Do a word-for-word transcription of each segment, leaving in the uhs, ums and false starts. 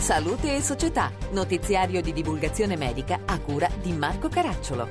Salute e Società, notiziario di divulgazione medica a cura di Marco Caracciolo.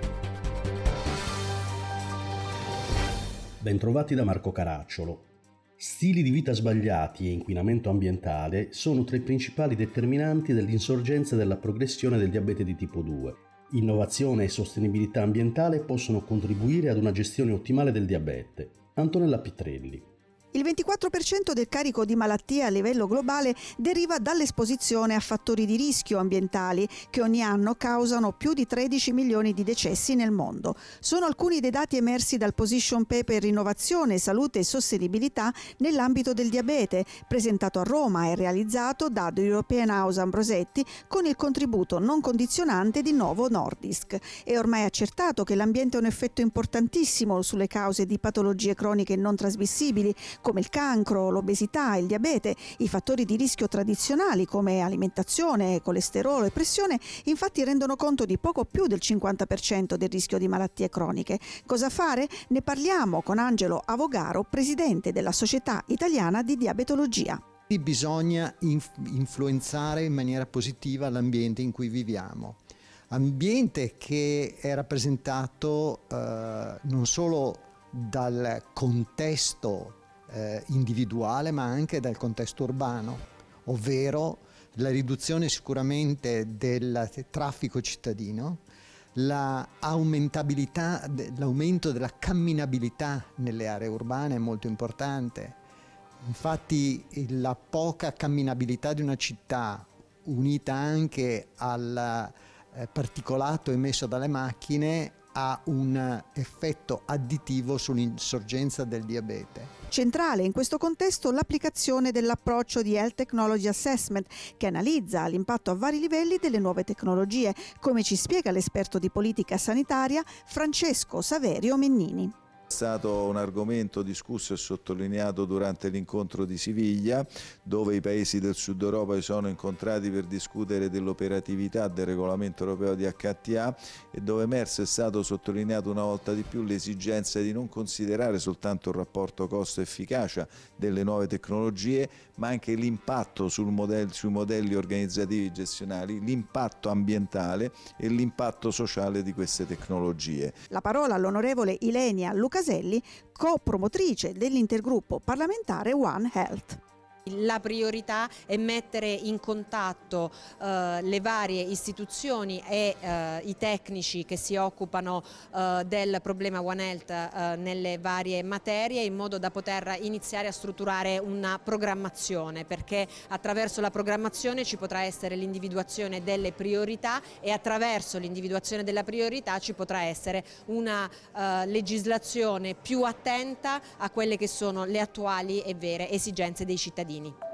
Bentrovati da Marco Caracciolo. Stili di vita sbagliati e inquinamento ambientale sono tra i principali determinanti dell'insorgenza e della progressione del diabete di tipo due. Innovazione e sostenibilità ambientale possono contribuire ad una gestione ottimale del diabete. Antonella Pitrelli. Il ventiquattro per cento del carico di malattie a livello globale deriva dall'esposizione a fattori di rischio ambientali che ogni anno causano più di tredici milioni di decessi nel mondo. Sono alcuni dei dati emersi dal Position Paper Innovazione, Salute e Sostenibilità nell'ambito del diabete, presentato a Roma e realizzato da The European House Ambrosetti con il contributo non condizionante di Novo Nordisk. È ormai accertato che l'ambiente ha un effetto importantissimo sulle cause di patologie croniche non trasmissibili, come il cancro, l'obesità, il diabete. I fattori di rischio tradizionali come alimentazione, colesterolo e pressione infatti rendono conto di poco più del cinquanta per cento del rischio di malattie croniche. Cosa fare? Ne parliamo con Angelo Avogaro, presidente della Società Italiana di Diabetologia. Bisogna inf- influenzare in maniera positiva l'ambiente in cui viviamo. Ambiente che è rappresentato eh, non solo dal contesto Eh, individuale ma anche dal contesto urbano, ovvero la riduzione sicuramente del traffico cittadino, la aumentabilità, l'aumento della camminabilità nelle aree urbane è molto importante. Infatti la poca camminabilità di una città unita anche al eh, particolato emesso dalle macchine ha un effetto additivo sull'insorgenza del diabete. Centrale in questo contesto l'applicazione dell'approccio di Health Technology Assessment, che analizza l'impatto a vari livelli delle nuove tecnologie, come ci spiega l'esperto di politica sanitaria Francesco Saverio Mennini. È stato un argomento discusso e sottolineato durante l'incontro di Siviglia, dove i paesi del sud Europa si sono incontrati per discutere dell'operatività del regolamento europeo di acca ti a e dove è emerso è stato sottolineato una volta di più l'esigenza di non considerare soltanto il rapporto costo-efficacia delle nuove tecnologie, ma anche l'impatto sul modello, sui modelli organizzativi e gestionali, l'impatto ambientale e l'impatto sociale di queste tecnologie. La parola all'onorevole Ilenia Lucaselli, copromotrice dell'intergruppo parlamentare One Health. La priorità è mettere in contatto eh, le varie istituzioni e eh, i tecnici che si occupano eh, del problema One Health eh, nelle varie materie, in modo da poter iniziare a strutturare una programmazione, perché attraverso la programmazione ci potrà essere l'individuazione delle priorità e attraverso l'individuazione della priorità ci potrà essere una eh, legislazione più attenta a quelle che sono le attuali e vere esigenze dei cittadini.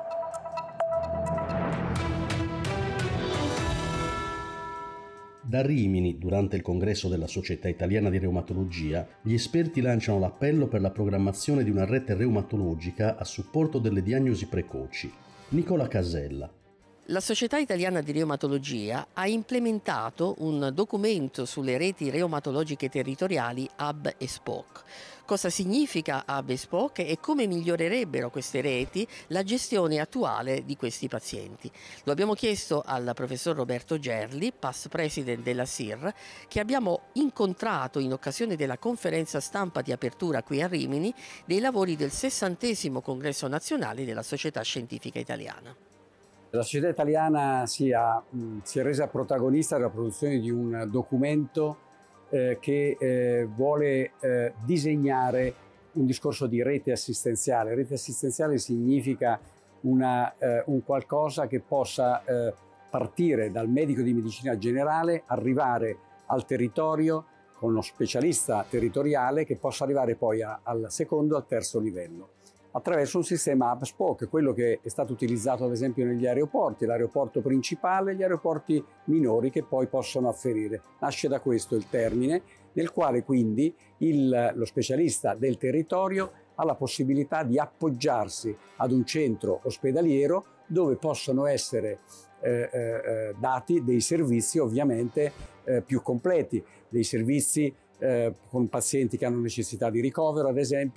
Da Rimini, durante il congresso della Società Italiana di Reumatologia, gli esperti lanciano l'appello per la programmazione di una rete reumatologica a supporto delle diagnosi precoci. Nicola Casella. La Società Italiana di Reumatologia ha implementato un documento sulle reti reumatologiche territoriali Hub e Spoke. Cosa significa Hub e Spoke e come migliorerebbero queste reti la gestione attuale di questi pazienti? Lo abbiamo chiesto al professor Roberto Gerli, past president della S I R, che abbiamo incontrato in occasione della conferenza stampa di apertura qui a Rimini dei lavori del sessantesimo congresso nazionale della Società Scientifica Italiana. La società italiana si, ha, mh, si è resa protagonista della produzione di un documento eh, che eh, vuole eh, disegnare un discorso di rete assistenziale. Rete assistenziale significa una, eh, un qualcosa che possa eh, partire dal medico di medicina generale, arrivare al territorio con uno specialista territoriale che possa arrivare poi a, al secondo, al terzo livello, attraverso un sistema hub spoke, quello che è stato utilizzato ad esempio negli aeroporti, l'aeroporto principale e gli aeroporti minori che poi possono afferire. Nasce da questo il termine, nel quale quindi il, lo specialista del territorio ha la possibilità di appoggiarsi ad un centro ospedaliero dove possono essere eh, eh, dati dei servizi ovviamente eh, più completi, dei servizi eh, con pazienti che hanno necessità di ricovero ad esempio,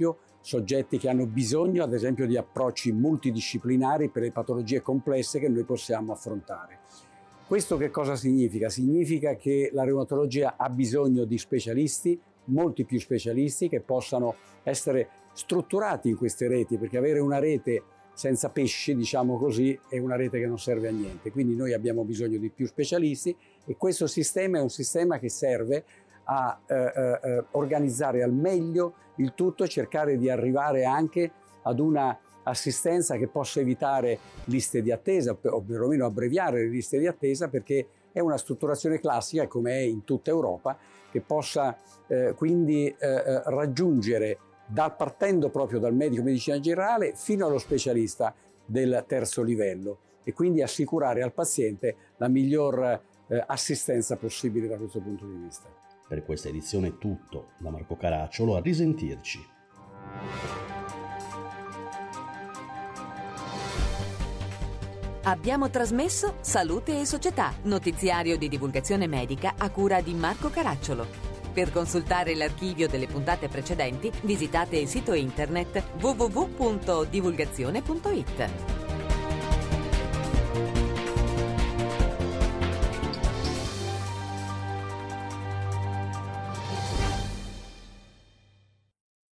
soggetti che hanno bisogno ad esempio di approcci multidisciplinari per le patologie complesse che noi possiamo affrontare. Questo che cosa significa? Significa che la reumatologia ha bisogno di specialisti, molti più specialisti, che possano essere strutturati in queste reti, perché avere una rete senza pesci, diciamo così, è una rete che non serve a niente. Quindi noi abbiamo bisogno di più specialisti e questo sistema è un sistema che serve a eh, eh, organizzare al meglio il tutto e cercare di arrivare anche ad una assistenza che possa evitare liste di attesa o perlomeno abbreviare le liste di attesa, perché è una strutturazione classica, come è in tutta Europa, che possa eh, quindi eh, raggiungere, dal, partendo proprio dal medico medicina generale fino allo specialista del terzo livello, e quindi assicurare al paziente la miglior eh, assistenza possibile da questo punto di vista. Per questa edizione è tutto. Da Marco Caracciolo, a risentirci. Abbiamo trasmesso Salute e Società, notiziario di divulgazione medica a cura di Marco Caracciolo. Per consultare l'archivio delle puntate precedenti, visitate il sito internet w w w punto divulgazione punto i t.